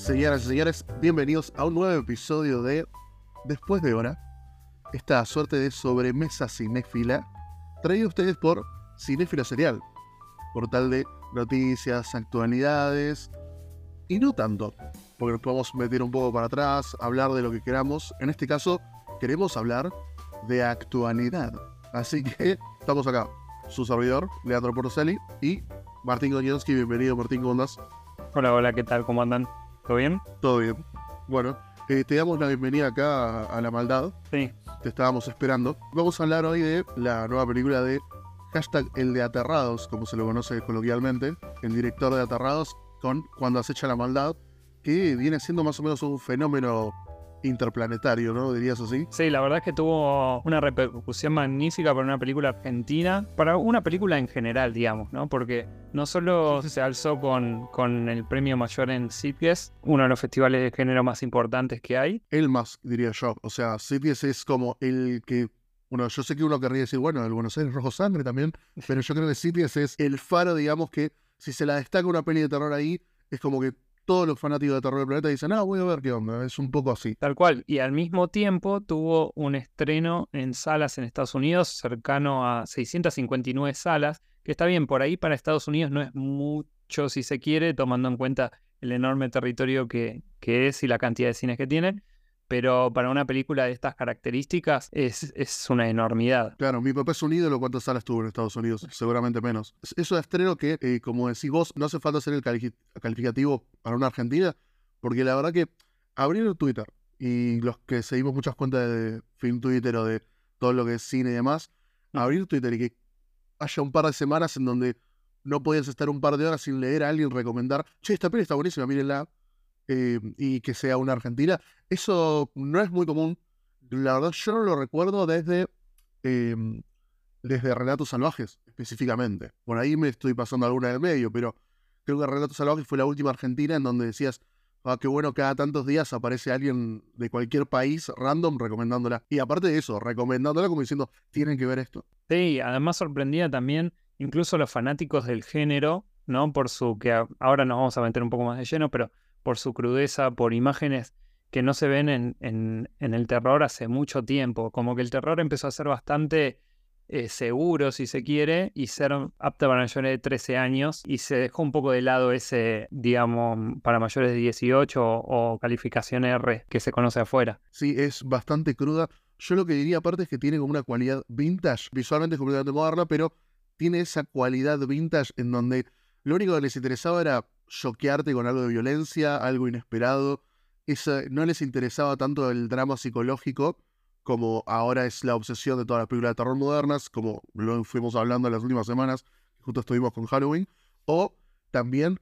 Señoras y señores, bienvenidos a un nuevo episodio de Después de Hora, esta suerte de sobremesa cinéfila, traído a ustedes por Cinéfilo Serial, portal de noticias, actualidades, y no tanto, porque nos podemos meter un poco para atrás, hablar de lo que queramos. En este caso, queremos hablar de actualidad. Así que estamos acá, su servidor, Leandro Porcelli, y Martín Goñonsky. Bienvenido, Martín, ¿cómo andás? Hola, ¿qué tal? ¿Cómo andan? ¿Todo bien? Todo bien. Bueno, te damos la bienvenida acá a La Maldad. Sí. Te estábamos esperando. Vamos a hablar hoy de la nueva película de #El de Aterrados, como se lo conoce coloquialmente, el director de Aterrados, con Cuando acecha la maldad, que viene siendo más o menos un fenómeno interplanetario, ¿no? ¿Dirías así? Sí, la verdad es que tuvo una repercusión magnífica para una película argentina, para una película en general, digamos, ¿no? Porque no solo se alzó con el premio mayor en Sitges, uno de los festivales de género más importantes que hay. El más, diría yo. O sea, Sitges es como el que... Bueno, yo sé que uno querría decir, bueno, el Buenos Aires Rojo Sangre también, pero yo creo que Sitges es el faro, digamos, que si se la destaca una peli de terror ahí, es como que todos los fanáticos de terror del planeta dicen, voy a ver qué onda. Es un poco así. Tal cual, y al mismo tiempo tuvo un estreno en salas en Estados Unidos cercano a 659 salas, que está bien, por ahí para Estados Unidos no es mucho si se quiere, tomando en cuenta el enorme territorio que es y la cantidad de cines que tiene, pero para una película de estas características es una enormidad. Claro, mi papá es un ídolo. ¿Cuántas salas tuvo en Estados Unidos? Seguramente menos. Es un estreno que, como decís vos, no hace falta hacer el calificativo para una Argentina, porque la verdad que abrir Twitter, y los que seguimos muchas cuentas de Film Twitter o de todo lo que es cine y demás, abrir Twitter y que haya un par de semanas en donde no podías estar un par de horas sin leer a alguien recomendar, che, esta peli está buenísima, mírenla, y que sea una argentina, eso no es muy común. La verdad, yo no lo recuerdo desde Relatos Salvajes, específicamente. Por ahí me estoy pasando alguna del medio, pero creo que Relatos Salvajes fue la última argentina en donde decías, qué bueno, cada tantos días aparece alguien de cualquier país random recomendándola. Y aparte de eso, recomendándola como diciendo, tienen que ver esto. Sí, además sorprendía también incluso a los fanáticos del género, ¿no? Que ahora nos vamos a meter un poco más de lleno, pero por su crudeza, por imágenes que no se ven en el terror hace mucho tiempo. Como que el terror empezó a ser bastante seguro, si se quiere, y ser apto para mayores de 13 años, y se dejó un poco de lado ese, digamos, para mayores de 18 o calificación R que se conoce afuera. Sí, es bastante cruda. Yo lo que diría aparte es que tiene como una cualidad vintage. Visualmente es completamente moderna, pero tiene esa cualidad vintage en donde lo único que les interesaba era choquearte con algo de violencia, algo inesperado. No les interesaba tanto el drama psicológico, como ahora es la obsesión de todas las películas de terror modernas, como lo fuimos hablando en las últimas semanas, justo estuvimos con Halloween, o también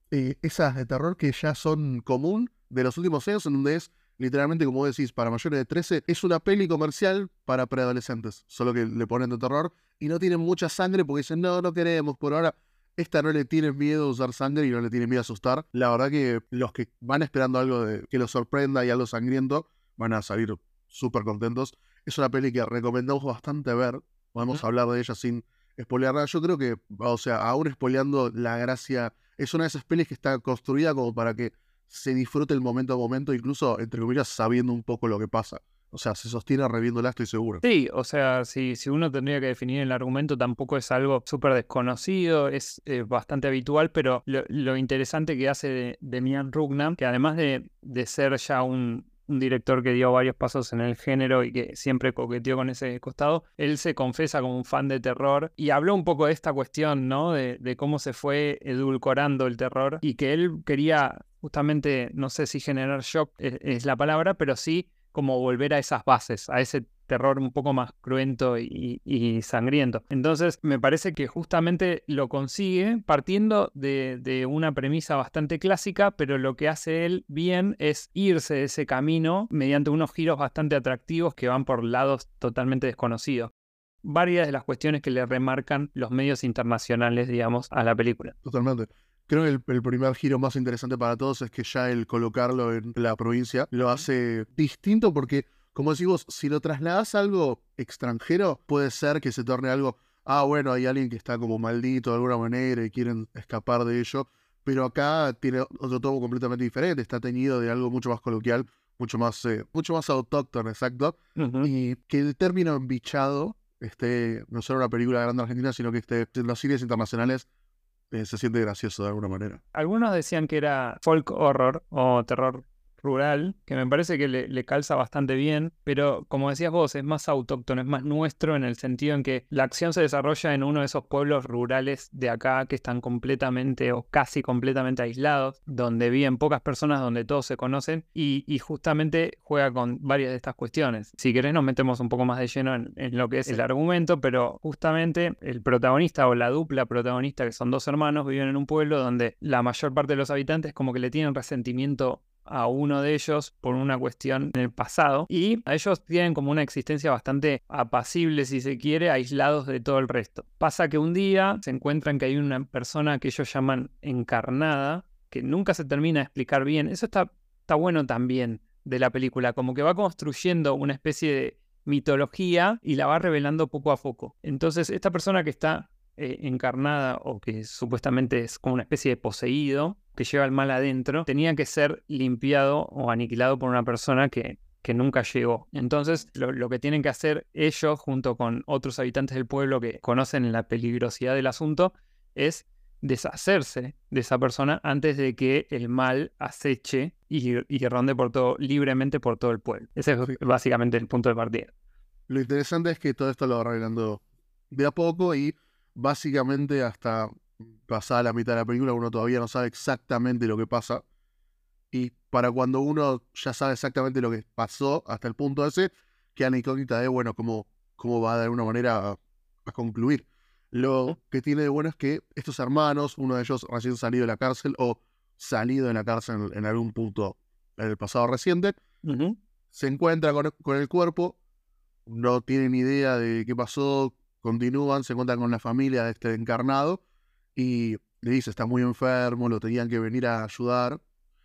esas de terror que ya son común de los últimos años, en donde es literalmente, como decís, para mayores de 13, es una peli comercial para preadolescentes, solo que le ponen de terror y no tienen mucha sangre porque dicen, no queremos, por ahora. Esta no le tiene miedo a usar sangre y no le tiene miedo a asustar. La verdad que los que van esperando algo que los sorprenda y algo sangriento van a salir súper contentos. Es una peli que recomendamos bastante ver. Podemos hablar de ella sin spoilear nada. Yo creo que, o sea, aún spoileando la gracia, es una de esas pelis que está construida como para que se disfrute el momento a momento, incluso, entre comillas, sabiendo un poco lo que pasa. O sea, se sostiene reviéndola, estoy seguro. Sí, o sea, si uno tendría que definir el argumento, tampoco es algo súper desconocido, es bastante habitual, pero lo interesante que hace de Demian Rugna, que además de ser ya un director que dio varios pasos en el género y que siempre coqueteó con ese costado, él se confesa como un fan de terror y habló un poco de esta cuestión, ¿no? De cómo se fue edulcorando el terror y que él quería justamente, no sé si generar shock es la palabra, pero sí como volver a esas bases, a ese terror un poco más cruento y sangriento. Entonces me parece que justamente lo consigue partiendo de una premisa bastante clásica, pero lo que hace él bien es irse de ese camino mediante unos giros bastante atractivos que van por lados totalmente desconocidos. Varias de las cuestiones que le remarcan los medios internacionales, digamos, a la película. Totalmente. Creo que el primer giro más interesante para todos es que ya el colocarlo en la provincia lo hace distinto porque, como decís vos, si lo trasladas a algo extranjero, puede ser que se torne algo, bueno, hay alguien que está como maldito de alguna manera y quieren escapar de ello, pero acá tiene otro tono completamente diferente, está teñido de algo mucho más coloquial, mucho más autóctono, exacto, Ujú. y que el término embichado esté no solo en una película grande argentina, sino que esté en los cines internacionales, se siente gracioso de alguna manera. Algunos decían que era folk horror o terror rural, que me parece que le calza bastante bien, pero como decías vos, es más autóctono, es más nuestro en el sentido en que la acción se desarrolla en uno de esos pueblos rurales de acá que están completamente o casi completamente aislados, donde viven pocas personas, donde todos se conocen y justamente juega con varias de estas cuestiones. Si querés nos metemos un poco más de lleno en lo que es el argumento, pero justamente el protagonista o la dupla protagonista, que son dos hermanos, viven en un pueblo donde la mayor parte de los habitantes como que le tienen resentimiento a uno de ellos por una cuestión en el pasado y a ellos tienen como una existencia bastante apacible, si se quiere, aislados de todo el resto. Pasa que un día se encuentran que hay una persona que ellos llaman encarnada, que nunca se termina de explicar bien. Eso está bueno también de la película, como que va construyendo una especie de mitología y la va revelando poco a poco. Entonces esta persona que está encarnada o que supuestamente es como una especie de poseído que lleva el mal adentro, tenía que ser limpiado o aniquilado por una persona que nunca llegó. Entonces lo que tienen que hacer ellos junto con otros habitantes del pueblo que conocen la peligrosidad del asunto es deshacerse de esa persona antes de que el mal aceche y ronde libremente por todo el pueblo. Ese es Sí. básicamente el punto de partida. Lo interesante es que todo esto lo va revelando de a poco y básicamente hasta pasada la mitad de la película uno todavía no sabe exactamente lo que pasa. Y para cuando uno ya sabe exactamente lo que pasó hasta el punto ese, queda la incógnita de, bueno, cómo va de alguna manera a concluir. Lo que tiene de bueno es que estos hermanos, uno de ellos recién salido de la cárcel o salido de la cárcel en algún punto en el pasado reciente, Ujú. se encuentra con el cuerpo, no tienen idea de qué pasó, continúan, se encuentran con la familia de este encarnado y le dice, está muy enfermo, lo tenían que venir a ayudar.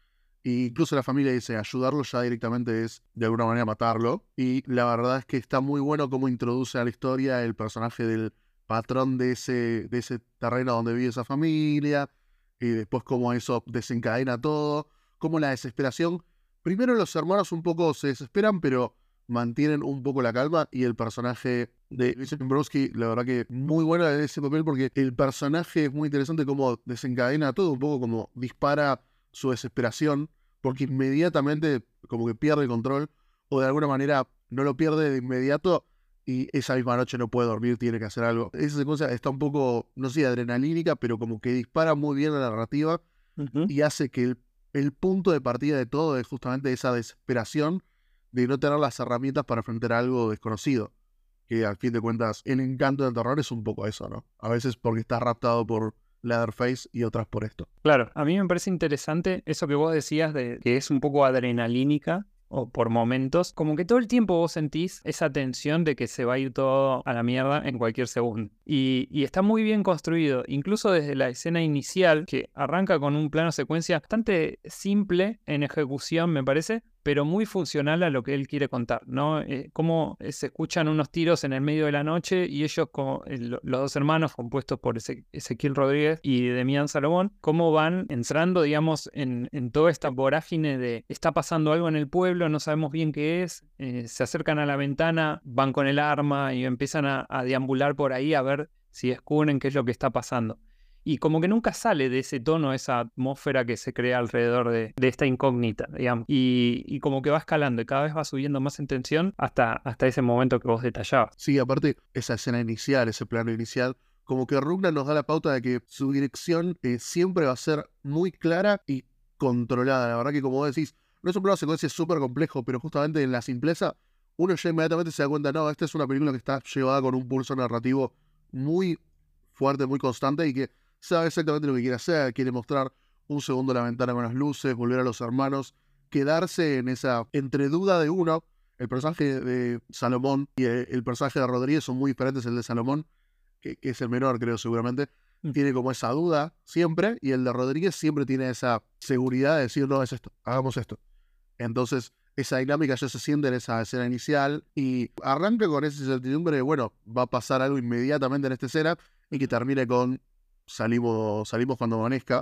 Y incluso la familia dice, ayudarlo ya directamente es de alguna manera matarlo. Y la verdad es que está muy bueno cómo introduce a la historia el personaje del patrón de ese terreno donde vive esa familia, y después cómo eso desencadena todo, cómo la desesperación. Primero los hermanos un poco se desesperan, pero mantienen un poco la calma, y el personaje de Vincent Browski, la verdad que muy bueno en ese papel, porque el personaje es muy interesante cómo desencadena todo, un poco como dispara su desesperación, porque inmediatamente como que pierde el control, o de alguna manera no lo pierde de inmediato, y esa misma noche no puede dormir, tiene que hacer algo. Esa secuencia está un poco, no sé, adrenalínica, pero como que dispara muy bien la narrativa Ujú. y hace que el punto de partida de todo es justamente esa desesperación de no tener las herramientas para enfrentar algo desconocido. Que al fin de cuentas, el encanto del terror es un poco eso, ¿no? A veces porque está raptado por Leatherface y otras por esto. Claro, a mí me parece interesante eso que vos decías de que es un poco adrenalínica o por momentos, como que todo el tiempo vos sentís esa tensión de que se va a ir todo a la mierda en cualquier segundo. Y está muy bien construido, incluso desde la escena inicial, que arranca con un plano secuencia bastante simple en ejecución, me parece, pero muy funcional a lo que él quiere contar, ¿no? Cómo se escuchan unos tiros en el medio de la noche y ellos, como los dos hermanos compuestos por Ezequiel Rodríguez y Demián Salomón, cómo van entrando, digamos, en toda esta vorágine de está pasando algo en el pueblo, no sabemos bien qué es, se acercan a la ventana, van con el arma y empiezan a deambular por ahí a ver si descubren qué es lo que está pasando. Y como que nunca sale de ese tono, esa atmósfera que se crea alrededor de esta incógnita, digamos. Y como que va escalando y cada vez va subiendo más en tensión hasta ese momento que vos detallabas. Sí, aparte, esa escena inicial, ese plano inicial, como que Rugna nos da la pauta de que su dirección siempre va a ser muy clara y controlada. La verdad que, como vos decís, no es un plano de secuencia súper complejo, pero justamente en la simpleza, uno ya inmediatamente se da cuenta, no, esta es una película que está llevada con un pulso narrativo muy fuerte, muy constante, y que sabe exactamente lo que quiere hacer. Quiere mostrar un segundo la ventana con las luces, volver a los hermanos, quedarse en esa entre duda de uno. El personaje de Salomón y el personaje de Rodríguez son muy diferentes. El de Salomón, que es el menor, creo, seguramente, Mm. tiene como esa duda siempre, y el de Rodríguez siempre tiene esa seguridad de decir, no, es esto, hagamos esto. Entonces, esa dinámica ya se siente en esa escena inicial, y arranca con esa incertidumbre de, bueno, va a pasar algo inmediatamente en esta escena, y que termine con salimos cuando amanezca,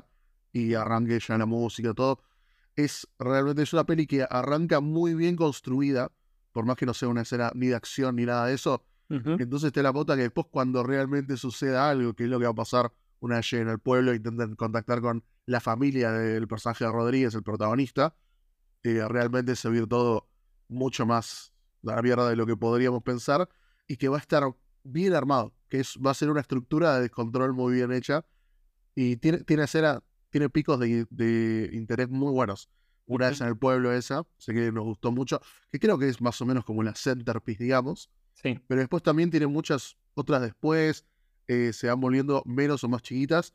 y arranque ya la música, todo. Realmente es una peli que arranca muy bien construida, por más que no sea una escena ni de acción ni nada de eso. Ujú. Entonces te la bota que después cuando realmente suceda algo, que es lo que va a pasar una vez lleguen al pueblo e intenten contactar con la familia del personaje de Rodríguez, el protagonista, realmente se va a ir todo mucho más a la mierda de lo que podríamos pensar y que va a estar bien armado, va a ser una estructura de descontrol muy bien hecha y tiene picos de interés muy buenos. Una vez Ujú. en el pueblo esa, sé que nos gustó mucho, que creo que es más o menos como la centerpiece, digamos, Sí. pero después también tiene muchas otras después, se van volviendo menos o más chiquitas,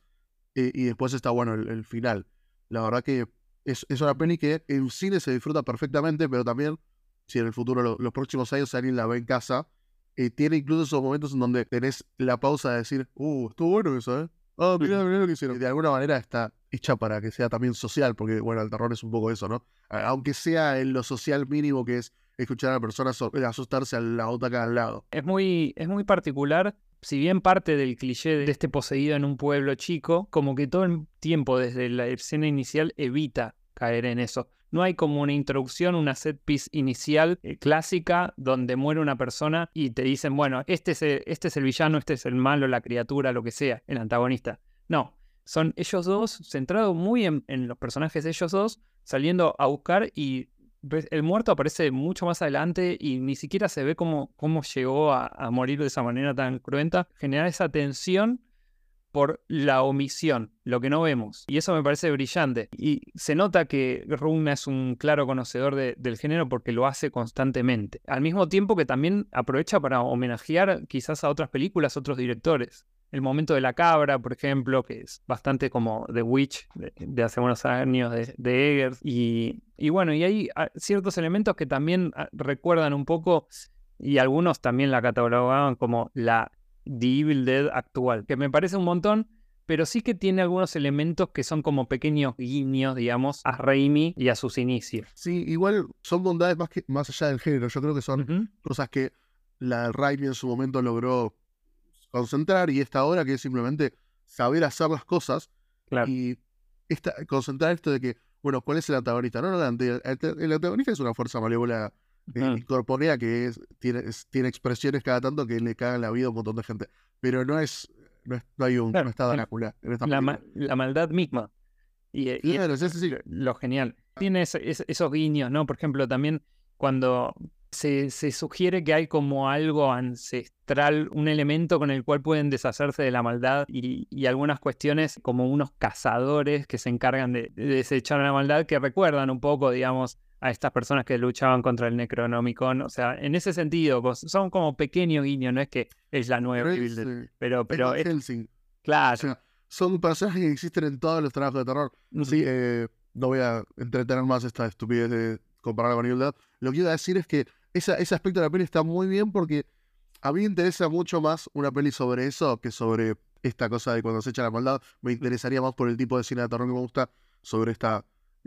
y después está bueno el final. La verdad que es una peli que en cine se disfruta perfectamente, pero también, si en el futuro, los próximos años, alguien la ve en casa, tiene incluso esos momentos en donde tenés la pausa de decir, estuvo bueno eso, ¿eh? Ah, mirá, mirá lo que hicieron. Y de alguna manera está hecha para que sea también social, porque, bueno, el terror es un poco eso, ¿no? Aunque sea en lo social mínimo que es escuchar a la persona asustarse a la otra acá al lado. Es muy particular, si bien parte del cliché de este poseído en un pueblo chico, como que todo el tiempo desde la escena inicial evita caer en eso. No hay como una introducción, una set piece inicial clásica donde muere una persona y te dicen, bueno, este es el villano, este es el malo, la criatura, lo que sea, el antagonista. No, son ellos dos, centrados muy en los personajes de ellos dos, saliendo a buscar y el muerto aparece mucho más adelante y ni siquiera se ve cómo llegó a morir de esa manera tan cruenta. Genera esa tensión por la omisión, lo que no vemos. Y eso me parece brillante. Y se nota que Rugna es un claro conocedor del género porque lo hace constantemente. Al mismo tiempo que también aprovecha para homenajear quizás a otras películas, otros directores. El momento de la cabra, por ejemplo, que es bastante como The Witch de hace unos años de Eggers. Y bueno, y hay ciertos elementos que también recuerdan un poco, y algunos también la catalogaban como la The Evil Dead actual, que me parece un montón, pero sí que tiene algunos elementos que son como pequeños guiños, digamos, a Raimi y a sus inicios. Sí, igual son bondades más allá del género. Yo creo que son Ujú. cosas que la Raimi en su momento logró concentrar y esta hora que es simplemente saber hacer las cosas Claro. y concentrar esto de que, bueno, ¿cuál es el antagonista? No, el antagonista es una fuerza malévola Ujú. incorpórea que tiene expresiones cada tanto que le cagan la vida a un montón de gente. Pero no Claro, está Drácula en esta película. la maldad misma. Y eso Claro, sí, es sí, sí. lo genial. Tiene esos guiños, ¿no? Por ejemplo, también cuando se sugiere que hay como algo ancestral, un elemento con el cual pueden deshacerse de la maldad y algunas cuestiones como unos cazadores que se encargan de desechar la maldad que recuerdan un poco, digamos, a estas personas que luchaban contra el Necronomicon. O sea, en ese sentido, son como pequeños guiños, no es que es la nueva Pero Evil Dead, es pero Van Helsing. O claro. sea, son personajes que existen en todos los trabajos de terror. Ujú. Sí, no voy a entretener más esta estupidez de compararla con Evil Dead. Lo que iba a decir es que ese aspecto de la peli está muy bien porque a mí me interesa mucho más una peli sobre eso que sobre esta cosa de cuando se echa la maldad. Me interesaría más por el tipo de cine de terror que me gusta sobre esta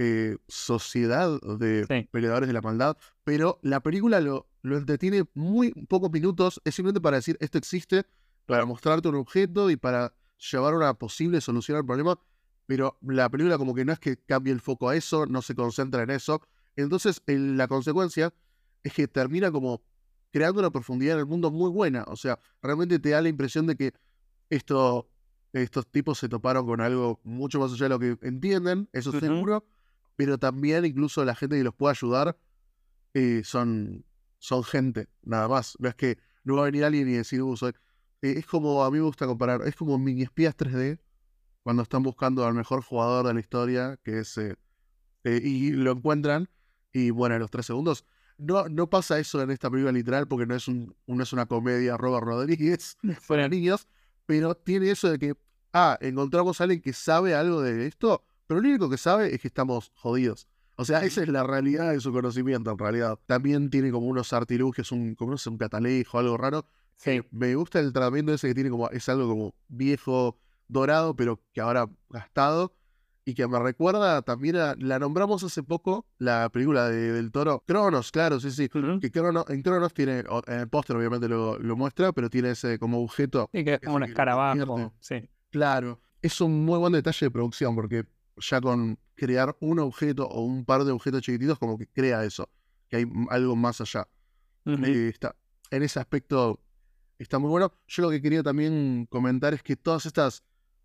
sociedad de Sí, peleadores de la maldad. Pero la película lo entretiene muy pocos minutos. Es simplemente para decir esto existe, para mostrarte un objeto y para llevar una posible solución al problema. Pero la película como que no es que cambie el foco a eso, no se concentra en eso. Entonces la consecuencia es que termina como creando una profundidad en el mundo muy buena. O sea, realmente te da la impresión de que esto, estos tipos se toparon con algo mucho más allá de lo que entienden, eso ujú. seguro, pero también incluso la gente que los puede ayudar eh, son, son gente, nada más. No es que no va a venir alguien y decir, es como, a mí me gusta comparar, es como mini espías 3D cuando están buscando al mejor jugador de la historia, que es y lo encuentran, y bueno, en los 3 segundos. No pasa eso en esta película literal, porque no es una comedia Robert Rodríguez para Bueno, niños, pero tiene eso de que, encontramos a alguien que sabe algo de esto, pero lo único que sabe es que estamos jodidos. O sea, esa es la realidad de su conocimiento, en realidad. También tiene como unos artilugios, como no sé, un catalejo, algo raro. sí. Me gusta el tratamiento ese que tiene como, es algo como viejo, dorado, pero que ahora gastado y que me recuerda también la nombramos hace poco, la película del Toro, Cronos, claro, sí, sí, Ujú. que en Cronos tiene, en el póster obviamente lo muestra, pero tiene ese como objeto, Sí, que es como ese un que lo convierte. escarabajo. Sí. Claro, es un muy buen detalle de producción, porque ya con crear un objeto o un par de objetos chiquititos, como que crea eso, que hay algo más allá. En ese aspecto está muy bueno. Yo lo que quería también comentar es que todas estas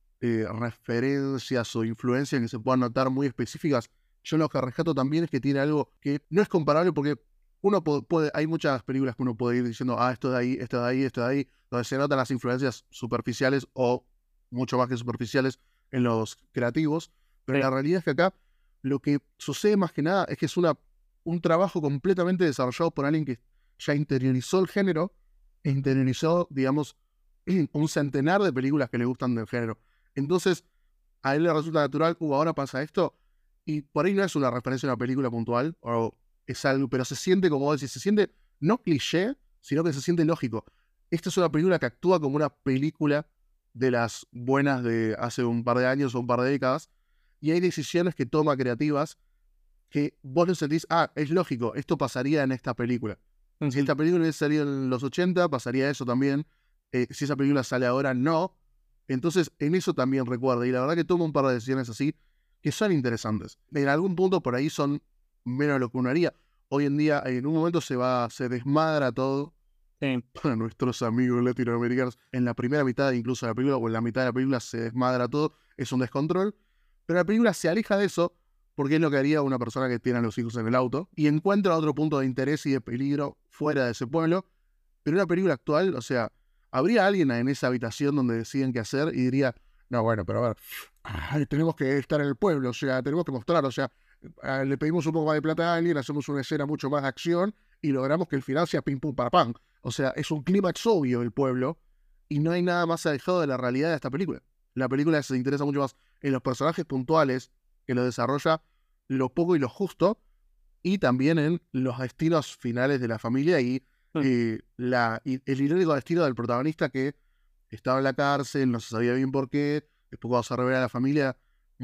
referencias o influencias que se puedan notar muy específicas, yo lo que rescato también es que tiene algo que no es comparable porque uno puede, hay muchas películas que uno puede ir diciendo, esto de ahí, esto de ahí, esto de ahí, donde se notan las influencias superficiales o mucho más que superficiales en los creativos, pero la realidad es que acá lo que sucede más que nada es que es un trabajo completamente desarrollado por alguien que ya interiorizó el género e interiorizó, digamos, un centenar de películas que le gustan del género. Entonces, a él le resulta natural, ahora pasa esto, y por ahí no es una referencia a una película puntual, o es algo, pero se siente, como vos decís, se siente no cliché, sino que se siente lógico. Esta es una película que actúa como una película de las buenas de hace un par de años o un par de décadas, y hay decisiones que toma creativas que vos lo sentís, es lógico, esto pasaría en esta película. Si esta película hubiese salido en los 80, pasaría eso también. Si esa película sale ahora, no. Entonces, en eso también recuerda. Y la verdad que toma un par de decisiones así que son interesantes. En algún punto por ahí son menos de lo que uno haría. Hoy en día, en un momento se desmadra todo. Sí. Para nuestros amigos latinoamericanos, en la primera mitad incluso de la película, o en la mitad de la película se desmadra todo. Es un descontrol. Pero la película se aleja de eso porque es lo que haría una persona que tiene a los hijos en el auto y encuentra otro punto de interés y de peligro fuera de ese pueblo. Pero una película actual, o sea, habría alguien en esa habitación donde deciden qué hacer y diría, no, bueno, pero a ver, tenemos que estar en el pueblo, o sea, tenemos que mostrar, o sea, le pedimos un poco más de plata a alguien, hacemos una escena mucho más de acción y logramos que el final sea pim pum para pam. O sea, es un clímax obvio el pueblo y no hay nada más alejado de la realidad de esta película. La película se interesa mucho más en los personajes puntuales que lo desarrolla lo poco y lo justo, y también en los destinos finales de la familia y el irónico destino del protagonista que estaba en la cárcel, no se sabía bien por qué. Después cuando se revela a la familia,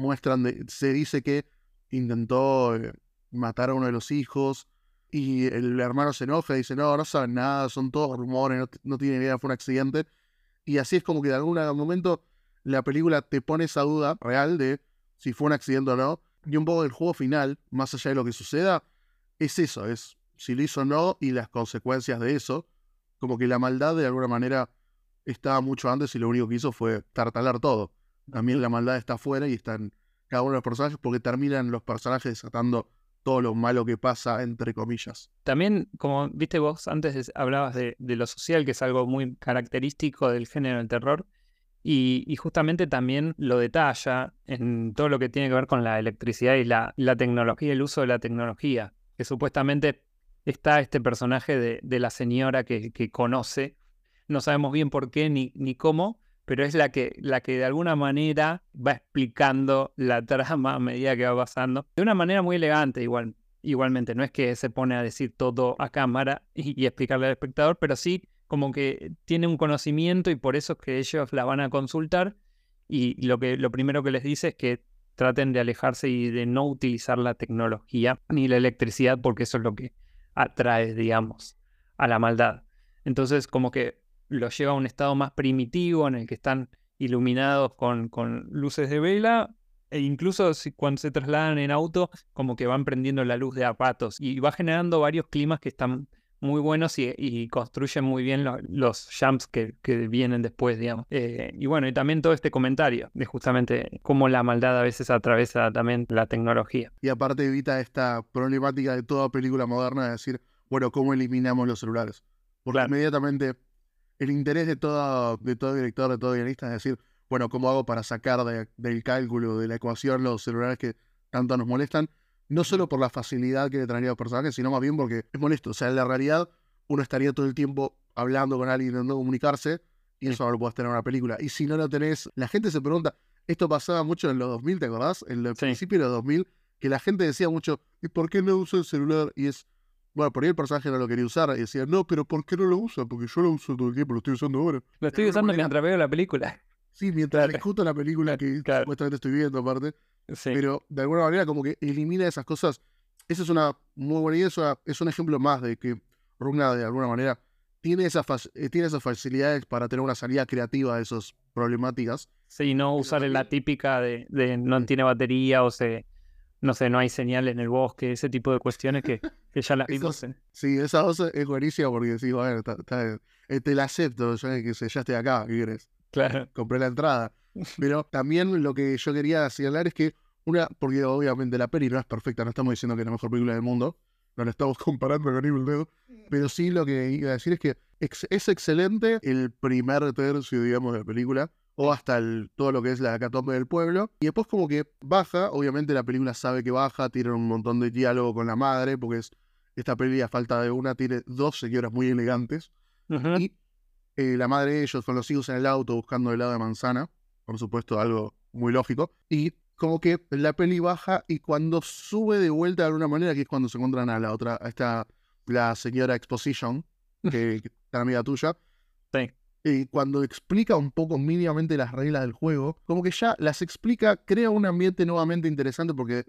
se dice que intentó matar a uno de los hijos y el hermano se enoja y dice, no saben nada, son todos rumores, no tienen idea, fue un accidente. Y así es como que de algún momento la película te pone esa duda real de si fue un accidente o no. Y un poco el juego final, más allá de lo que suceda, es eso, es si lo hizo o no y las consecuencias de eso. Como que la maldad de alguna manera estaba mucho antes y lo único que hizo fue tartalar todo. También la maldad está afuera y está en cada uno de los personajes porque terminan los personajes desatando todo lo malo que pasa, entre comillas. También, como viste vos, antes hablabas de lo social, que es algo muy característico del género del terror. Y justamente también lo detalla en todo lo que tiene que ver con la electricidad y la tecnología, el uso de la tecnología. Que supuestamente está este personaje de la señora que conoce, no sabemos bien por qué ni cómo, pero es la que de alguna manera va explicando la trama a medida que va pasando. De una manera muy elegante igualmente, no es que se pone a decir todo a cámara y explicarle al espectador, pero sí como que tiene un conocimiento y por eso es que ellos la van a consultar y lo primero que les dice es que traten de alejarse y de no utilizar la tecnología ni la electricidad porque eso es lo que atrae, digamos, a la maldad. Entonces como que los lleva a un estado más primitivo en el que están iluminados con luces de vela e incluso cuando se trasladan en auto como que van prendiendo la luz de aparatos y va generando varios climas que están muy buenos y construyen muy bien los jumps que vienen después, digamos. Y bueno, y también todo este comentario de justamente cómo la maldad a veces atraviesa también la tecnología. Y aparte evita esta problemática de toda película moderna de decir, bueno, ¿cómo eliminamos los celulares? Porque inmediatamente el interés de todo director, de todo guionista es decir, bueno, ¿cómo hago para sacar del cálculo, de la ecuación, los celulares que tanto nos molestan? No solo por la facilidad que le traería a los personajes, sino más bien porque es molesto. O sea, en la realidad, uno estaría todo el tiempo hablando con alguien, intentando comunicarse, y eso no lo puedes tener en una película. Y si no lo tenés, la gente se pregunta, esto pasaba mucho en los 2000, ¿te acordás? En el principio de los 2000, que la gente decía mucho, ¿y por qué no uso el celular? Y es, bueno, por ahí el personaje no lo quería usar, y decía, no, pero ¿por qué no lo usa? Porque yo lo uso todo el tiempo, lo estoy usando ahora. Lo estoy usando mientras veo la película. Sí, mientras discuto la película que supuestamente estoy viendo aparte. Sí. Pero de alguna manera como que elimina esas cosas. Esa es una muy buena idea, es un ejemplo más de que Rugna de alguna manera tiene esas facilidades para tener una salida creativa de esas problemáticas Sí, no Pero usar la también, típica de no tiene batería o no sé, no hay señal en el bosque, ese tipo de cuestiones que ya las vimos esos, sí, esa voz es buenísima porque decís, bueno, te la acepto, que sé, ya estoy acá, ¿qué querés? Claro. Compré la entrada. Pero también lo que yo quería señalar es que porque obviamente la peli no es perfecta, no estamos diciendo que es la mejor película del mundo, no la estamos comparando con Evil Dead, pero sí lo que iba a decir es que es excelente el primer tercio, digamos, de la película, o hasta todo lo que es la hecatombe del pueblo, y después como que baja, obviamente la película sabe que baja, tiene un montón de diálogo con la madre, porque esta peli a falta de una tiene dos señoras muy elegantes, Ujú. y la madre de ellos con los hijos en el auto buscando helado de manzana, por supuesto algo muy lógico, y como que la peli baja y cuando sube de vuelta de alguna manera, que es cuando se encuentran a la otra, la señora Exposition, que es la amiga tuya, Sí. cuando explica un poco mínimamente las reglas del juego, como que ya las explica, crea un ambiente nuevamente interesante porque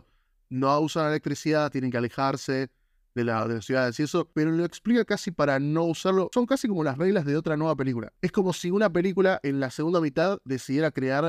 no usan electricidad, tienen que alejarse de las ciudades y eso, pero lo explica casi para no usarlo. Son casi como las reglas de otra nueva película. Es como si una película en la segunda mitad decidiera crear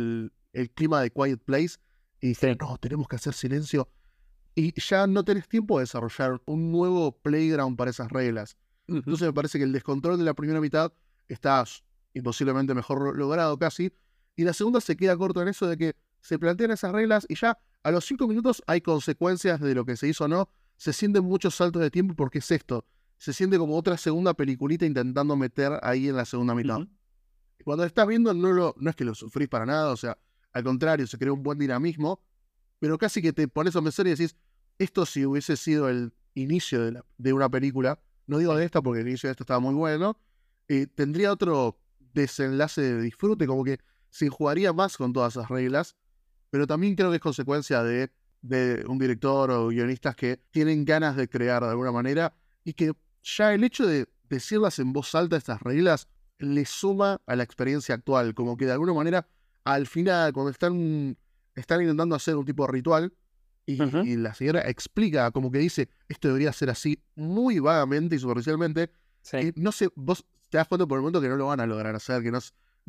el clima de Quiet Place y dijera, Sí. no, tenemos que hacer silencio. Y ya no tenés tiempo de desarrollar un nuevo playground para esas reglas. Ujú. Entonces me parece que el descontrol de la primera mitad está imposiblemente mejor logrado casi. Y la segunda se queda corto en eso de que se plantean esas reglas y ya a los 5 minutos hay consecuencias de lo que se hizo o no. Se sienten muchos saltos de tiempo porque es esto. Se siente como otra segunda peliculita intentando meter ahí en la segunda mitad. Ujú. Y cuando estás viendo no es que lo sufrís para nada, o sea, al contrario, se crea un buen dinamismo, pero casi que te pones a pensar y decís, esto si hubiese sido el inicio de una película, no digo de Sí. esta porque el inicio de esta estaba muy bueno, tendría otro desenlace de disfrute, como que se jugaría más con todas esas reglas, pero también creo que es consecuencia de un director o guionistas que tienen ganas de crear de alguna manera y que ya el hecho de decirlas en voz alta estas reglas le suma a la experiencia actual, como que de alguna manera al final cuando están intentando hacer un tipo de ritual Ujú. y la señora explica como que dice esto debería ser así muy vagamente y superficialmente, Sí. que no sé, vos te das cuenta por el momento que no lo van a lograr hacer, que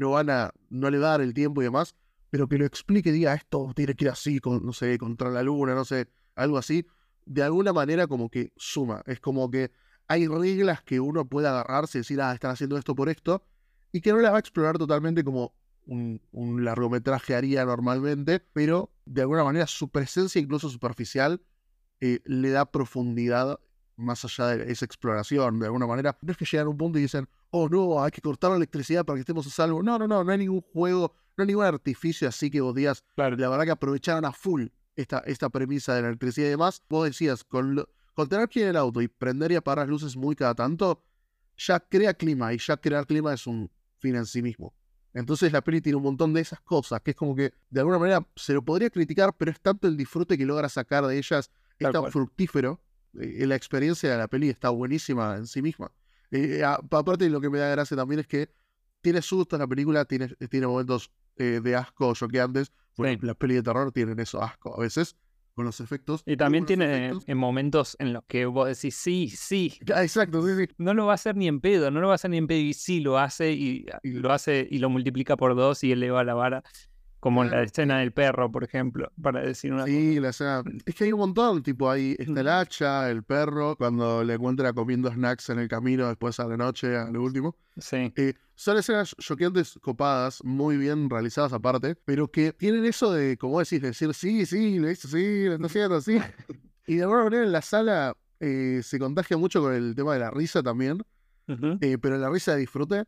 no le va a dar el tiempo y demás, pero que lo explique, diga esto tiene que ir así, no sé, contra la luna, no sé, algo así, de alguna manera como que suma. Es como que hay reglas que uno puede agarrarse y decir, están haciendo esto por esto, y que no las va a explorar totalmente como un largometraje haría normalmente, pero de alguna manera su presencia, incluso superficial, le da profundidad más allá de esa exploración. De alguna manera, no es que llegan a un punto y dicen, oh no, hay que cortar la electricidad para que estemos a salvo. No hay ningún juego, no hay ningún artificio así que vos digas, Claro. la verdad que aprovecharon a full esta premisa de la electricidad y demás. Vos decías, con tener que ir en el auto y prender y apagar las luces muy cada tanto, ya crea clima y ya crear clima es un fin en sí mismo. Entonces la peli tiene un montón de esas cosas, que es como que de alguna manera se lo podría criticar, pero es tanto el disfrute que logra sacar de ellas, es Tal tan cual. fructífero, la experiencia de la peli está buenísima en sí misma. Aparte lo que me da gracia también es que tiene sustos la película, tiene momentos de asco choqueantes, porque Sí. las pelis de terror tienen eso asco a veces, con los efectos, Y muy también buenos tiene efectos. momentos en los que vos decís, sí, sí, Exacto, sí, sí. no lo va a hacer ni en pedo, no lo va a hacer ni en pedo, y sí lo hace, y lo hace y lo multiplica por dos y eleva la vara, como en la Claro, escena del perro, por ejemplo, para decir una cosa. sí, la escena. Es que hay un montón, tipo, ahí está el Ujú. hacha, el perro, cuando le encuentra comiendo snacks en el camino después a la noche, a lo último. Sí. Son escenas choqueantes, copadas, muy bien realizadas aparte, pero que tienen eso de, como decís, decir, sí, sí, lo hizo, sí, lo está haciendo, sí. Y de alguna manera en la sala se contagia mucho con el tema de la risa también, Ujú. pero la risa de disfrute.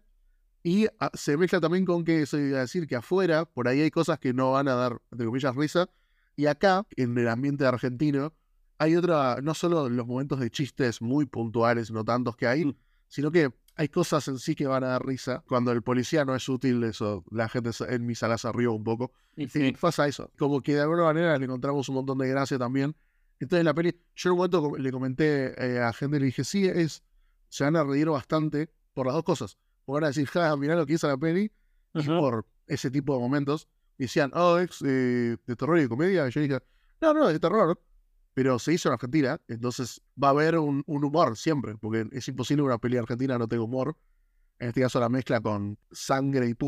Y se mezcla también con que, eso iba a decir, que afuera, por ahí hay cosas que no van a dar, entre comillas, risa. Y acá, en el ambiente argentino, hay no solo los momentos de chistes muy puntuales, no tantos que hay, Mm. sino que hay cosas en sí que van a dar risa. Cuando el policía no es útil, eso, la gente en mi sala se rió un poco. Y Y sí. pasa eso, como que de alguna manera le encontramos un montón de gracia también. Entonces la peli, yo en un momento le comenté a gente, le dije, sí, se van a reír bastante por las dos cosas o van a decir, mirá lo que hizo la peli, y Ujú. por ese tipo de momentos decían, oh, es de terror y de comedia. Y yo dije, no, es de terror, pero se hizo en Argentina, entonces va a haber un humor siempre, porque es imposible que una peli argentina no tenga humor. En este caso la mezcla con sangre y pus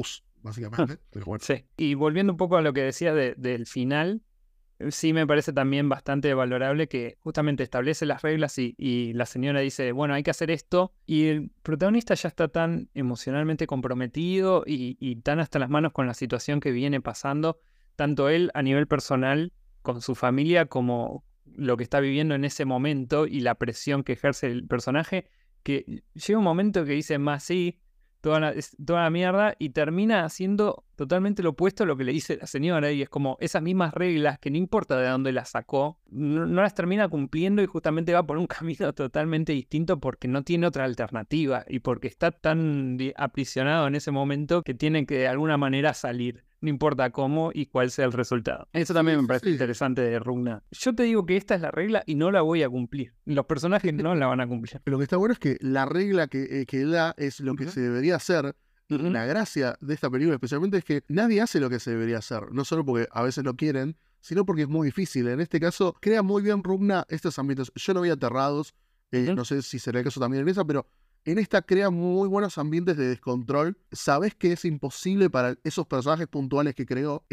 básicamente. Pero bueno. Sí. Y volviendo un poco a lo que decías del final, sí me parece también bastante valorable que justamente establece las reglas y la señora dice, bueno, hay que hacer esto, y el protagonista ya está tan emocionalmente comprometido y tan hasta las manos con la situación que viene pasando, tanto él a nivel personal con su familia como lo que está viviendo en ese momento y la presión que ejerce el personaje, que llega un momento que dice, más sí, toda la mierda, y termina haciendo totalmente lo opuesto a lo que le dice la señora, y es como esas mismas reglas que no importa de dónde las sacó, no las termina cumpliendo y justamente va por un camino totalmente distinto porque no tiene otra alternativa y porque está tan aprisionado en ese momento que tiene que de alguna manera salir. No importa cómo y cuál sea el resultado. Eso también me parece interesante de Rugna. Yo te digo que esta es la regla y no la voy a cumplir. Los personajes no la van a cumplir. Pero lo que está bueno es que la regla que él da es lo que se debería hacer. La gracia de esta película especialmente es que nadie hace lo que se debería hacer. No solo porque a veces no quieren, sino porque es muy difícil. En este caso, crea muy bien Rugna estos ambientes. Yo no vi Aterrados, no sé si será el caso también en esa, pero en esta crea muy buenos ambientes de descontrol. Sabes que es imposible para esos personajes puntuales que creó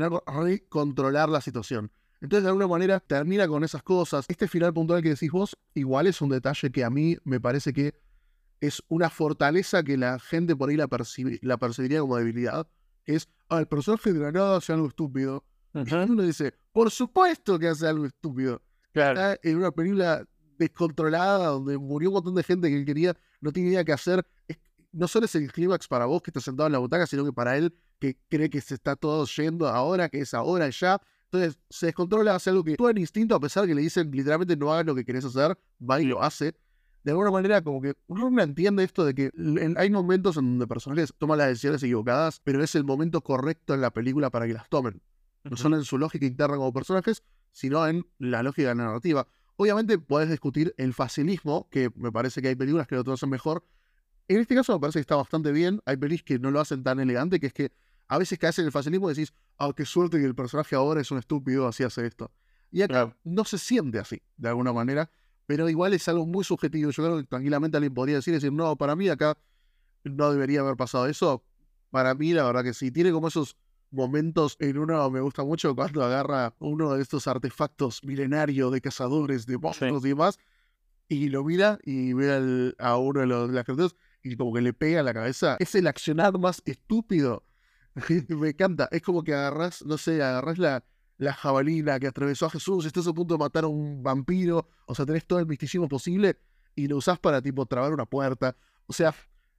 controlar la situación. Entonces, de alguna manera, termina con esas cosas. Este final puntual que decís vos, igual es un detalle que a mí me parece que es una fortaleza que la gente por ahí la percibiría como debilidad. Es, el personaje de la nada hace algo estúpido. Y uno dice, por supuesto que hace algo estúpido. Claro. Está en una película descontrolada donde murió un montón de gente que él quería, no tiene idea qué hacer. No solo es el clímax para vos que estás sentado en la butaca, sino que para él que cree que se está todo yendo ahora, que es ahora ya. Entonces se descontrola, hace algo que actúa en instinto, a pesar que le dicen literalmente no hagas lo que querés hacer, va y lo hace. De alguna manera, como que uno entiende esto de que hay momentos en donde personajes toman las decisiones equivocadas, pero es el momento correcto en la película para que las tomen. No solo en su lógica interna como personajes, sino en la lógica narrativa. Obviamente podés discutir el facilismo, que me parece que hay películas que lo hacen mejor. En este caso me parece que está bastante bien. Hay películas que no lo hacen tan elegante, que es que a veces caes en el facilismo y decís, qué suerte que el personaje ahora es un estúpido, así hace esto. Y acá no se siente así, de alguna manera, pero igual es algo muy subjetivo. Yo creo que tranquilamente alguien podría decir, no, para mí acá no debería haber pasado eso. Para mí, la verdad que sí. Tiene como esos momentos, en uno me gusta mucho cuando agarra uno de estos artefactos milenarios de cazadores, de monstruos y demás, y lo mira y ve a uno de las criaturas y como que le pega en la cabeza. Es el accionar más estúpido. Me encanta. Es como que agarrás, no sé, agarrás la jabalina que atravesó a Jesús, estás a punto de matar a un vampiro, o sea, tenés todo el misticismo posible y lo usás para, tipo, trabar una puerta. O sea,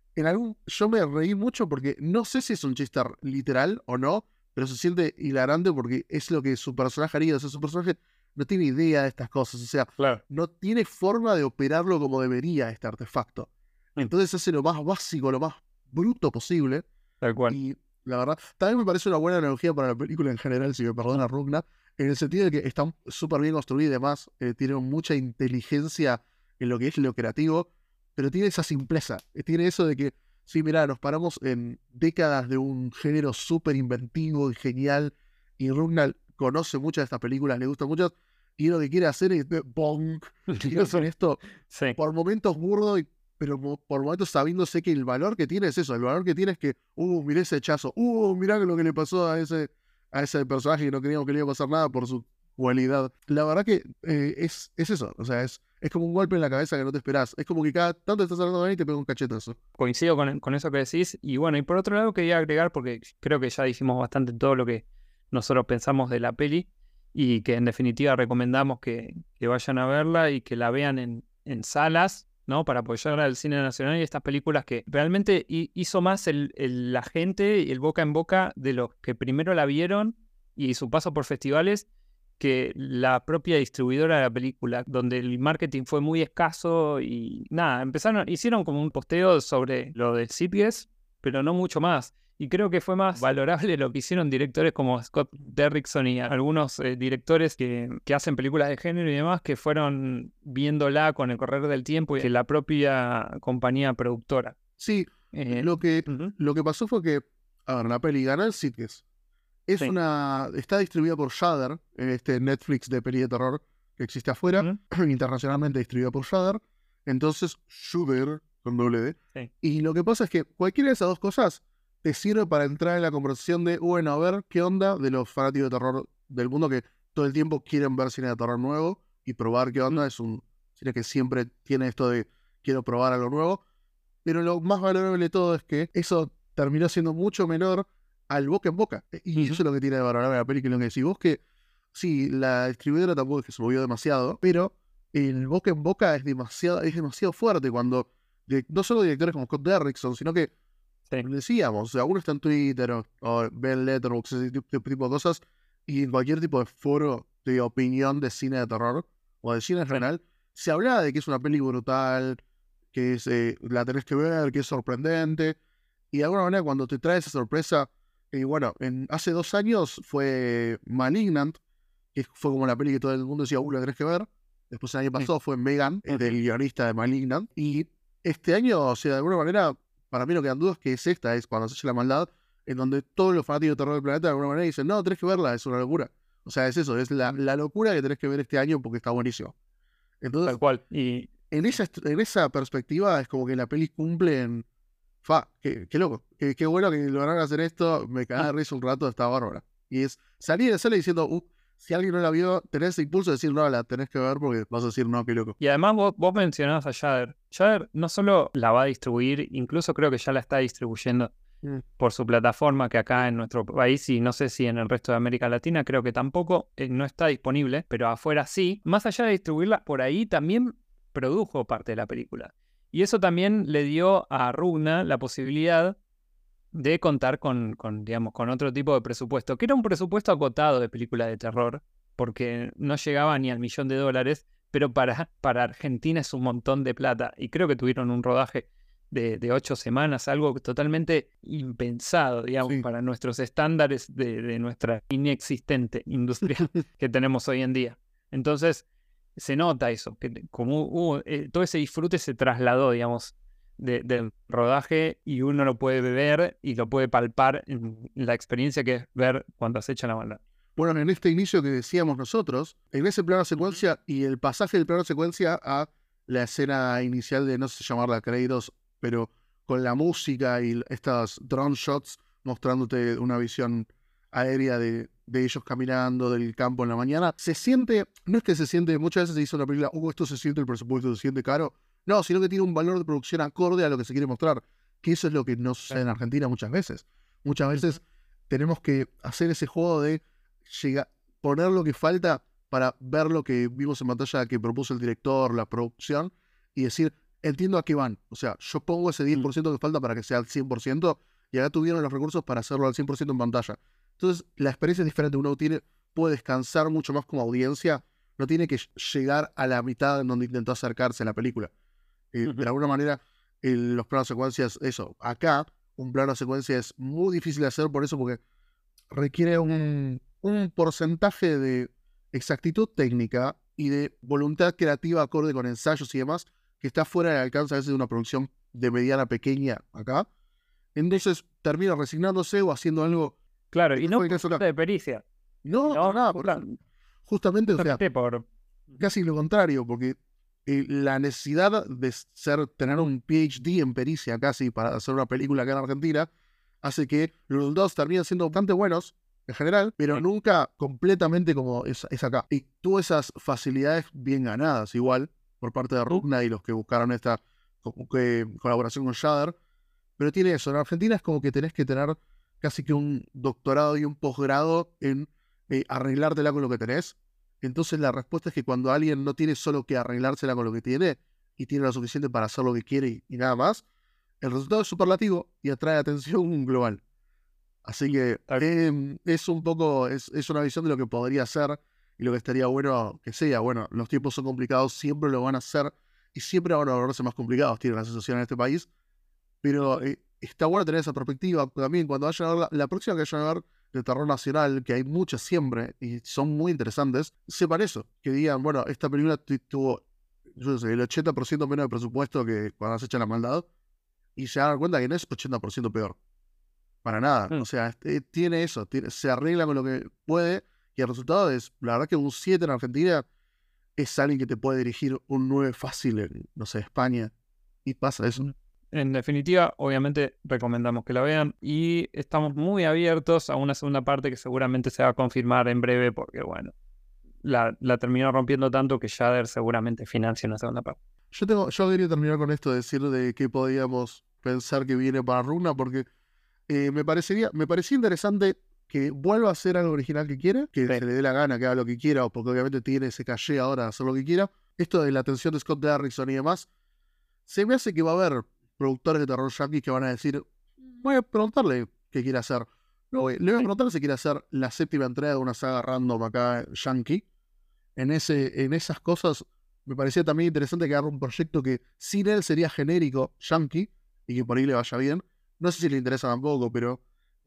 yo me reí mucho porque no sé si es un chiste literal o no, pero se siente hilarante porque es lo que su personaje haría. O sea, su personaje no tiene idea de estas cosas, o sea, no tiene forma de operarlo como debería este artefacto. Entonces hace lo más básico, lo más bruto posible. Tal cual. Y la verdad, también me parece una buena analogía para la película en general, si me perdona Rugna, en el sentido de que está súper bien construida y demás, tiene mucha inteligencia en lo que es lo creativo, pero tiene esa simpleza, tiene eso de que, sí, mirá, nos paramos en décadas de un género súper inventivo y genial, y Rugna conoce muchas de estas películas, le gustan muchas, y lo que quiere hacer es ¡bonk! Quiero hacer esto por momentos burdo, pero por momentos sabiéndose que el valor que tiene es eso. El valor que tiene es que, mirá ese hechazo, mirá lo que le pasó a ese personaje que no creíamos que le iba a pasar nada por su cualidad. La verdad que es eso, o sea, es como un golpe en la cabeza que no te esperás. Es como que cada tanto estás hablando de él y te pega un cachetazo. Coincido con eso que decís. Y bueno, y por otro lado quería agregar, porque creo que ya dijimos bastante todo lo que nosotros pensamos de la peli y que en definitiva recomendamos que vayan a verla y que la vean en salas, ¿no? Para apoyar al cine nacional y estas películas que realmente hizo más la gente y el boca en boca de los que primero la vieron y su paso por festivales que la propia distribuidora de la película, donde el marketing fue muy escaso y nada, hicieron como un posteo sobre lo de CBS, pero no mucho más. Y creo que fue más valorable lo que hicieron directores como Scott Derrickson y algunos directores que hacen películas de género y demás, que fueron viéndola con el correr del tiempo y que la propia compañía productora. Sí, lo que pasó fue que, la peli ganó el Sitges. Está distribuida por Shudder, este Netflix de peli de terror que existe afuera, internacionalmente distribuida por Shudder. Entonces, Shudder, con doble D. Y lo que pasa es que cualquiera de esas dos cosas te sirve para entrar en la conversación de, bueno, a ver qué onda de los fanáticos de terror del mundo que todo el tiempo quieren ver cine de terror nuevo y probar qué onda. Es un cine que siempre tiene esto de quiero probar algo nuevo. Pero lo más valorable de todo es que eso terminó siendo mucho menor al boca en boca. Y eso es lo que tiene de valorable la película. Lo que decís vos que, sí, la distribuidora tampoco es que se movió demasiado, pero el boca en boca es demasiado fuerte cuando no solo directores como Scott Derrickson, sino que decíamos, o sea, uno está en Twitter o ve en Letterboxd, ese tipo de cosas, y en cualquier tipo de foro de opinión de cine de terror o de cine en general, se hablaba de que es una peli brutal, que es, la tenés que ver, que es sorprendente, y de alguna manera cuando te trae esa sorpresa, bueno, hace 2 años fue Malignant, que fue como la peli que todo el mundo decía, la tenés que ver. Después el año pasado fue Megan, del guionista de Malignant, y este año, o sea, de alguna manera, para mí no quedan dudas que es Cuando se echa la maldad, en donde todos los fanáticos de terror del planeta de alguna manera dicen, no, tenés que verla, es una locura. O sea, es eso, es la locura que tenés que ver este año porque está buenísimo. Entonces, tal cual. Y en esa perspectiva es como que la peli cumple en... qué loco, qué bueno que lograron hacer esto, me cagué de risa un rato, está bárbara. Y es salir de sala diciendo, si alguien no la vio, tenés ese impulso de decir, no, la tenés que ver porque vas a decir, no, qué loco. Y además vos mencionabas a Shudder. Shudder no solo la va a distribuir, incluso creo que ya la está distribuyendo por su plataforma, que acá en nuestro país, y no sé si en el resto de América Latina, creo que tampoco no está disponible, pero afuera sí. Más allá de distribuirla por ahí, también produjo parte de la película. Y eso también le dio a Rugna la posibilidad de contar digamos, con otro tipo de presupuesto, que era un presupuesto acotado de película de terror, porque no llegaba ni al $1.000.000, pero para Argentina es un montón de plata. Y creo que tuvieron un rodaje de 8 semanas, algo totalmente impensado, digamos, para nuestros estándares de nuestra inexistente industria que tenemos hoy en día. Entonces, se nota eso, que como todo ese disfrute se trasladó, digamos, del rodaje, y uno lo puede ver y lo puede palpar en la experiencia que es ver Cuando acecha la maldad. Bueno, en este inicio que decíamos nosotros, en ese plano secuencia y el pasaje del plano secuencia a la escena inicial de, no sé llamarla créditos, pero con la música y estas drone shots mostrándote una visión aérea de ellos caminando del campo en la mañana, se siente, no es que se siente, muchas veces se dice una película, esto se siente, el presupuesto se siente caro, no, sino que tiene un valor de producción acorde a lo que se quiere mostrar, que eso es lo que no sucede en Argentina muchas veces. Muchas veces tenemos que hacer ese juego de poner lo que falta para ver lo que vimos en pantalla que propuso el director, la producción, y decir, entiendo a qué van. O sea, yo pongo ese 10% que falta para que sea al 100%, y acá tuvieron los recursos para hacerlo al 100% en pantalla. Entonces, la experiencia es diferente. Uno puede descansar mucho más como audiencia, no tiene que llegar a la mitad en donde intentó acercarse a la película. De alguna manera, los planos secuencias, eso, acá, un plano secuencia es muy difícil de hacer por eso, porque requiere un porcentaje de exactitud técnica y de voluntad creativa acorde con ensayos y demás, que está fuera del alcance a veces de una producción de mediana pequeña acá. Entonces termina resignándose o haciendo algo. Claro, y no por falta de pericia. No, nada, justamente, o sea, casi lo contrario, porque la necesidad de tener un PhD en pericia casi para hacer una película acá en Argentina hace que los resultados terminen siendo bastante buenos en general, pero nunca completamente como es acá. Y tuvo esas facilidades bien ganadas igual por parte de Rugna y los que buscaron esta colaboración con Shudder, pero tiene eso. En Argentina es como que tenés que tener casi que un doctorado y un posgrado en arreglártela con lo que tenés. Entonces la respuesta es que cuando alguien no tiene solo que arreglársela con lo que tiene y tiene lo suficiente para hacer lo que quiere y nada más, el resultado es superlativo y atrae atención global. Así que es un poco, es una visión de lo que podría ser y lo que estaría bueno que sea. Bueno, los tiempos son complicados, siempre lo van a ser y siempre van a volverse más complicados, tiene la sensación en este país. Pero está bueno tener esa perspectiva también cuando vayan a ver la próxima que vayan a ver de terror nacional, que hay muchas siempre y son muy interesantes, sepan eso, que digan, bueno, esta película tuvo, yo sé, el 80% menos de presupuesto que Cuando se echa la maldad, y se dan cuenta que no es 80% peor. Para nada. O sea, tiene eso, se arregla con lo que puede, y el resultado es, la verdad que un 7 en Argentina es alguien que te puede dirigir un 9 fácil en, no sé, España, y pasa eso. En definitiva, obviamente recomendamos que la vean y estamos muy abiertos a una segunda parte que seguramente se va a confirmar en breve porque, bueno, la terminó rompiendo tanto que Shudder seguramente financia una segunda parte. Yo quería terminar con esto de decir de qué podíamos pensar que viene para Runa, porque me parecía interesante que vuelva a hacer algo original que quiera, que Sí. se le dé la gana, que haga lo que quiera, o porque obviamente tiene ese caché ahora de hacer lo que quiera. Esto de la atención de Scott Derrickson y demás, se me hace que va a haber productores de terror yankees que van a decir, voy a preguntarle qué quiere hacer. Le voy a preguntar si quiere hacer la 7ª entrega de una saga random acá yankee. En esas cosas me parecía también interesante que agarre un proyecto que sin él sería genérico yankee y que por ahí le vaya bien. No sé si le interesa tampoco, pero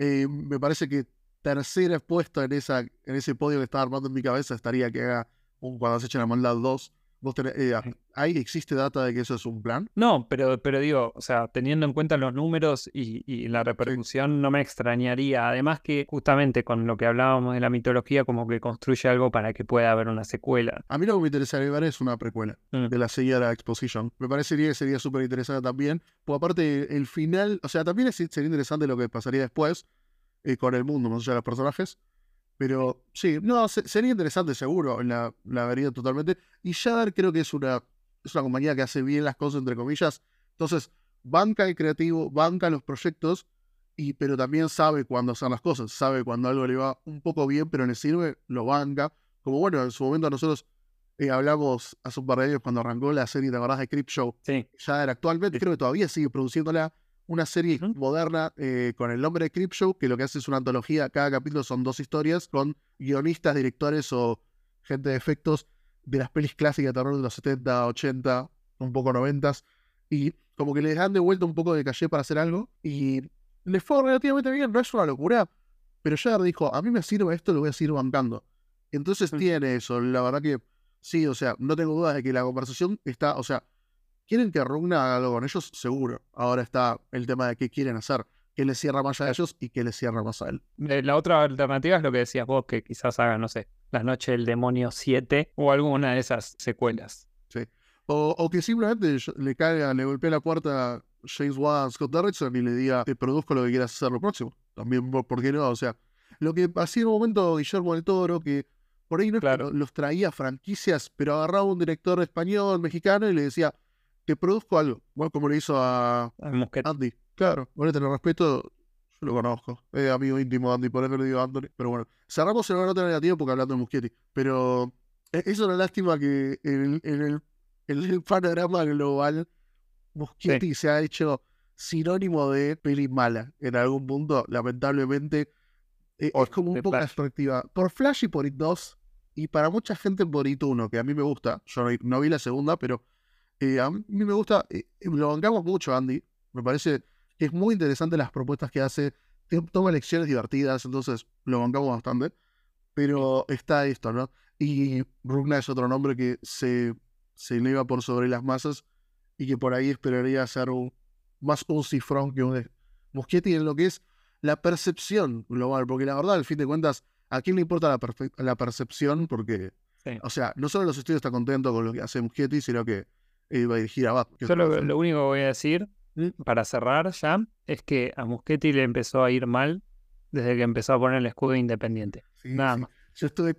me parece que tercer puesto en ese podio que estaba armando en mi cabeza estaría que haga un Cuando se echa la maldad 2. ¿Vos tenés, ¿ahí existe data de que eso es un plan? No, pero digo, o sea, teniendo en cuenta los números y la repercusión, no me extrañaría. Además que justamente con lo que hablábamos de la mitología, como que construye algo para que pueda haber una secuela. A mí lo que me interesaría ver es una precuela de la serie de la Exposition. Me parecería que sería súper interesante también. Porque aparte, el final, o sea, también sería interesante lo que pasaría después con el mundo, más allá de los personajes. Pero sí, no, sería interesante seguro, la vería totalmente. Y Shudder creo que es una compañía que hace bien las cosas, entre comillas. Entonces, banca el creativo, banca los proyectos, pero también sabe cuándo hacer las cosas. Sabe cuando algo le va un poco bien, pero le sirve, lo banca. Como bueno, en su momento nosotros hablamos hace un par de años cuando arrancó la serie, ¿te acordás de Creepshow? Sí. Shudder actualmente creo que todavía sigue produciéndola. Una serie moderna con el nombre de Creepshow, que lo que hace es una antología. Cada capítulo son 2 historias con guionistas, directores o gente de efectos de las pelis clásicas de terror de los 70, 80, un poco 90. Y como que les dan de vuelta un poco de caché para hacer algo. Y les fue relativamente bien, no es una locura. Pero Shudder dijo, a mí me sirve esto, lo voy a seguir bancando. Entonces tiene eso, la verdad que sí, o sea, no tengo dudas de que la conversación está, o sea, ¿quieren que Rugna haga algo con ellos? Seguro. Ahora está el tema de qué quieren hacer. ¿Qué les cierra más a ellos y qué les cierra más a él? La otra alternativa es lo que decías vos, que quizás hagan, no sé, La Noche del Demonio 7 o alguna de esas secuelas. Sí. O que simplemente le golpee la puerta a James Wan, Scott Derrickson y le diga, te produzco lo que quieras hacer lo próximo. También, ¿por qué no? O sea, lo que hacía en un momento Guillermo del Toro, que por ahí no Claro. los traía franquicias, pero agarraba un director español, mexicano y le decía, te produzco algo. Bueno, como le hizo a Mosquete. Andy. Claro, bueno, te lo respeto, yo lo conozco. Es amigo íntimo de Andy, por eso le digo a Anthony. Pero bueno, cerramos en una nota negativa porque hablando de Muschietti. Pero es una lástima que en el panorama global Muschietti se ha hecho sinónimo de peli mala en algún punto. Lamentablemente, es como un poco atractiva. Por Flash y por It 2, y para mucha gente por It 1, que a mí me gusta. Yo no vi la segunda, pero a mí me gusta. Lo bancamos mucho, Andy. Me parece que es muy interesante las propuestas que hace. Toma lecciones divertidas, entonces lo bancamos bastante. Pero está esto, ¿no? Y Rugna es otro nombre que se eleva por sobre las masas y que por ahí esperaría ser más un cifrón que un Muschietti en lo que es la percepción global. Porque la verdad, al fin de cuentas, ¿a quién le importa la percepción? Porque, o sea, no solo los estudios están contentos con lo que hace Muschietti, sino que va a dirigir a Bat. Yo lo único que voy a decir, para cerrar ya, es que a Muschietti le empezó a ir mal desde que empezó a poner el escudo independiente. Sí, Nada sí. más. Yo estuve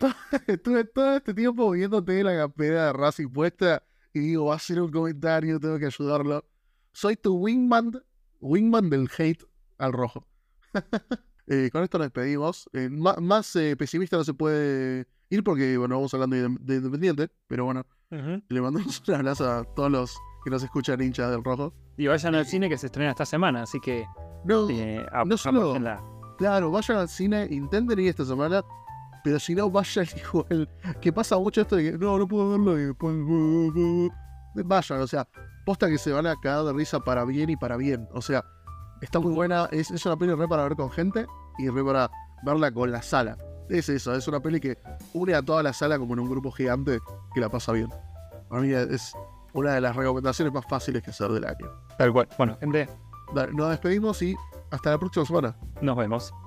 todo este tiempo viéndote la campera de Racing puesta y digo, va a ser un comentario, tengo que ayudarlo. Soy tu wingman del hate al rojo. Con esto nos despedimos. Más pesimista no se puede ir porque, bueno, vamos hablando de Independiente, pero bueno, le mandamos un abrazo a todos los que nos escuchan hinchas del rojo. Y vayan al cine que se estrena esta semana, así que no solo, apóyenla. claro, vayan al cine, intenten ir esta semana, pero si no, vayan igual. Que pasa mucho esto de que no puedo verlo y después vayan, o sea, posta que se van a cagar de risa para bien y para bien. O sea, está muy buena, es una peli re para ver con gente y re para verla con la sala. Es eso, es una peli que une a toda la sala como en un grupo gigante que la pasa bien. Para mí es una de las recomendaciones más fáciles que hacer del año. Tal cual. Bueno, gente, Dale, nos despedimos y hasta la próxima semana. nos vemos.